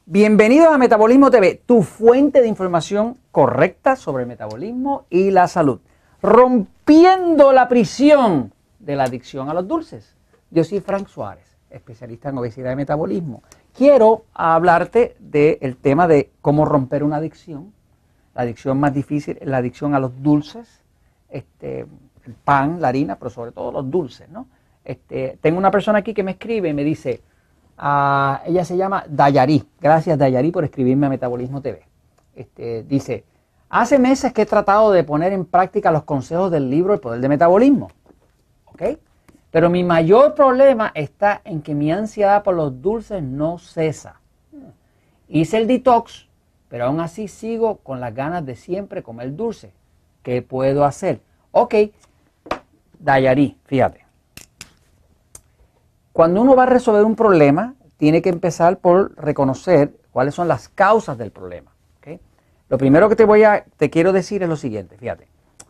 Bienvenidos a Metabolismo TV, tu fuente de información correcta sobre el metabolismo y la salud. Rompiendo la prisión de la adicción a los dulces. Yo soy Frank Suárez, especialista en obesidad y metabolismo. Quiero hablarte del tema de cómo romper una adicción. La adicción más difícil es la adicción a los dulces, el pan, la harina, pero sobre todo los dulces, ¿no? Tengo una persona aquí que me escribe y me dice... ella se llama Dayari. Gracias, Dayari, por escribirme a Metabolismo TV. Dice, hace meses que he tratado de poner en práctica los consejos del libro El Poder del Metabolismo. ¿Ok? Pero mi mayor problema está en que mi ansiedad por los dulces no cesa. Hice el detox, pero aún así sigo con las ganas de siempre comer dulce. ¿Qué puedo hacer? Ok, Dayari, fíjate. Cuando uno va a resolver un problema, tiene que empezar por reconocer cuáles son las causas del problema. ¿Okay? Lo primero que te quiero decir es lo siguiente, fíjate.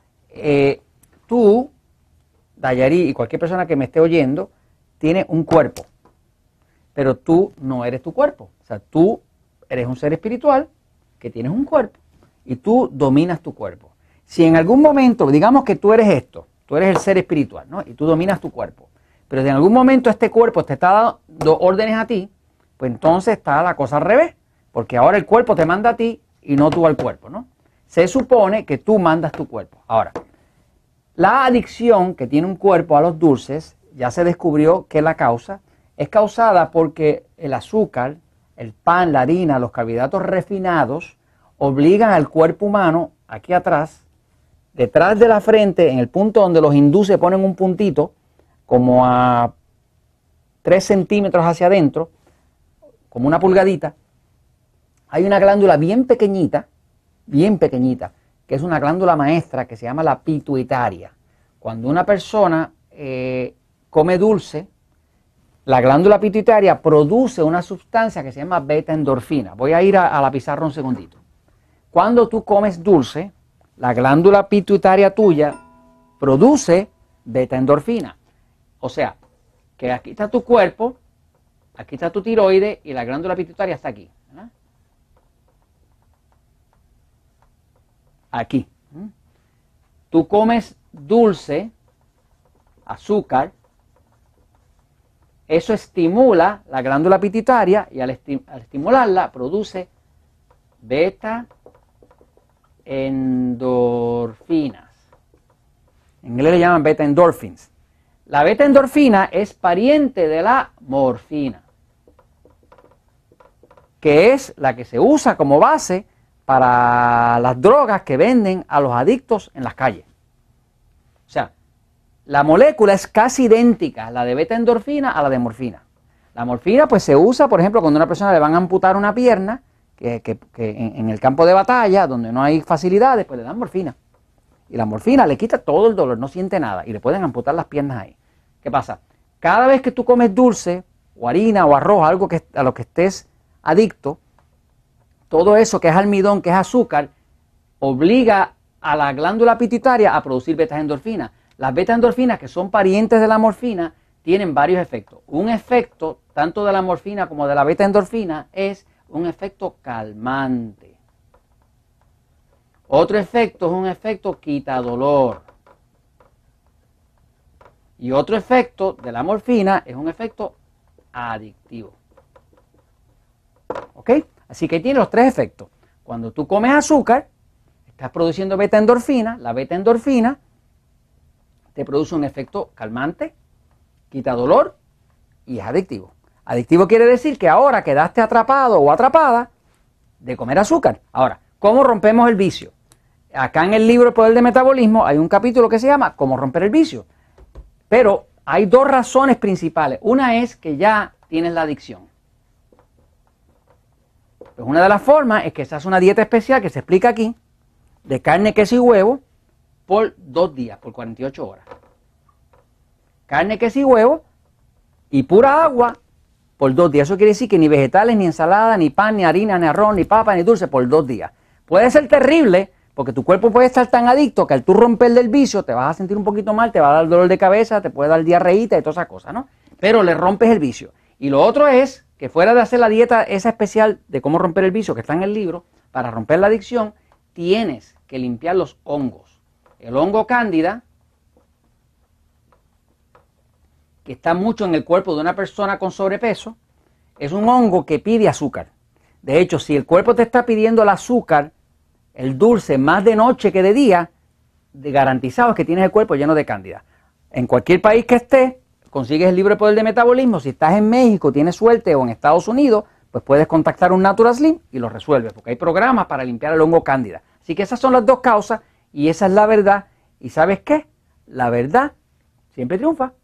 Tú, Dayari, y cualquier persona que me esté oyendo, tiene un cuerpo, pero tú no eres tu cuerpo. O sea, tú eres un ser espiritual que tienes un cuerpo y tú dominas tu cuerpo. Si en algún momento, digamos que tú eres esto, tú eres el ser espiritual, ¿no? Y tú dominas tu cuerpo. Pero si en algún momento este cuerpo te está dando órdenes a ti, pues entonces está la cosa al revés. Porque ahora el cuerpo te manda a ti y no tú al cuerpo, ¿no? Se supone que tú mandas tu cuerpo. Ahora, la adicción que tiene un cuerpo a los dulces, ya se descubrió que la causa es causada porque el azúcar, el pan, la harina, los carbohidratos refinados obligan al cuerpo humano, aquí atrás, detrás de la frente, en el punto donde los hindúes ponen un puntito, como a 3 centímetros hacia adentro, como una pulgadita, hay una glándula bien pequeñita, que es una glándula maestra que se llama la pituitaria. Cuando una persona come dulce, la glándula pituitaria produce una sustancia que se llama beta-endorfina. Voy a ir a la pizarra un segundito. Cuando tú comes dulce, la glándula pituitaria tuya produce beta-endorfina. O sea, que aquí está tu cuerpo, aquí está tu tiroides y la glándula pituitaria está aquí. ¿Verdad? Aquí. Tú comes dulce, azúcar, eso estimula la glándula pituitaria y al estimularla produce beta-endorfinas. En inglés le llaman beta-endorphins. La beta-endorfina es pariente de la morfina, que es la que se usa como base para las drogas que venden a los adictos en las calles. O sea, la molécula es casi idéntica, la de beta-endorfina a la de morfina. La morfina pues se usa, por ejemplo, cuando a una persona le van a amputar una pierna, que en el campo de batalla, donde no hay facilidades, pues le dan morfina. Y la morfina le quita todo el dolor, no siente nada y le pueden amputar las piernas ahí. ¿Qué pasa? Cada vez que tú comes dulce o harina o arroz, algo a lo que estés adicto, todo eso que es almidón, que es azúcar, obliga a la glándula pituitaria a producir beta-endorfinas. Las beta-endorfinas, que son parientes de la morfina, tienen varios efectos. Un efecto, tanto de la morfina como de la beta-endorfina, es un efecto calmante. Otro efecto es un efecto quitadolor. Y otro efecto de la morfina es un efecto adictivo. ¿Ok? Así que tiene los 3 efectos. Cuando tú comes azúcar, estás produciendo beta-endorfina. La beta-endorfina te produce un efecto calmante, quitadolor y es adictivo. Adictivo quiere decir que ahora quedaste atrapado o atrapada de comer azúcar. Ahora, ¿cómo rompemos el vicio? Acá en el libro El Poder del Metabolismo hay un capítulo que se llama ¿Cómo romper el vicio? Pero hay 2 razones principales. Una es que ya tienes la adicción. Pues una de las formas es que se hace una dieta especial que se explica aquí, de carne, queso y huevo, por 2 días, por 48 horas. Carne, queso y huevo y pura agua por 2 días. Eso quiere decir que ni vegetales, ni ensalada, ni pan, ni harina, ni arroz, ni papa, ni dulce por 2 días. Puede ser terrible porque tu cuerpo puede estar tan adicto que al tú romper del vicio te vas a sentir un poquito mal, te va a dar dolor de cabeza, te puede dar diarreíta y todas esas cosas, ¿no? Pero le rompes el vicio. Y lo otro es que fuera de hacer la dieta esa especial de cómo romper el vicio que está en el libro, para romper la adicción, tienes que limpiar los hongos. El hongo cándida, que está mucho en el cuerpo de una persona con sobrepeso, es un hongo que pide azúcar. De hecho, si el cuerpo te está pidiendo el azúcar, el dulce, más de noche que de día, garantizado es que tienes el cuerpo lleno de cándida. En cualquier país que estés, consigues el libro de poder de metabolismo. Si estás en México, tienes suerte, o en Estados Unidos, pues puedes contactar a un Natural Slim y lo resuelves, porque hay programas para limpiar el hongo cándida. Así que esas son las dos causas y esa es la verdad. ¿Y sabes qué? La verdad siempre triunfa.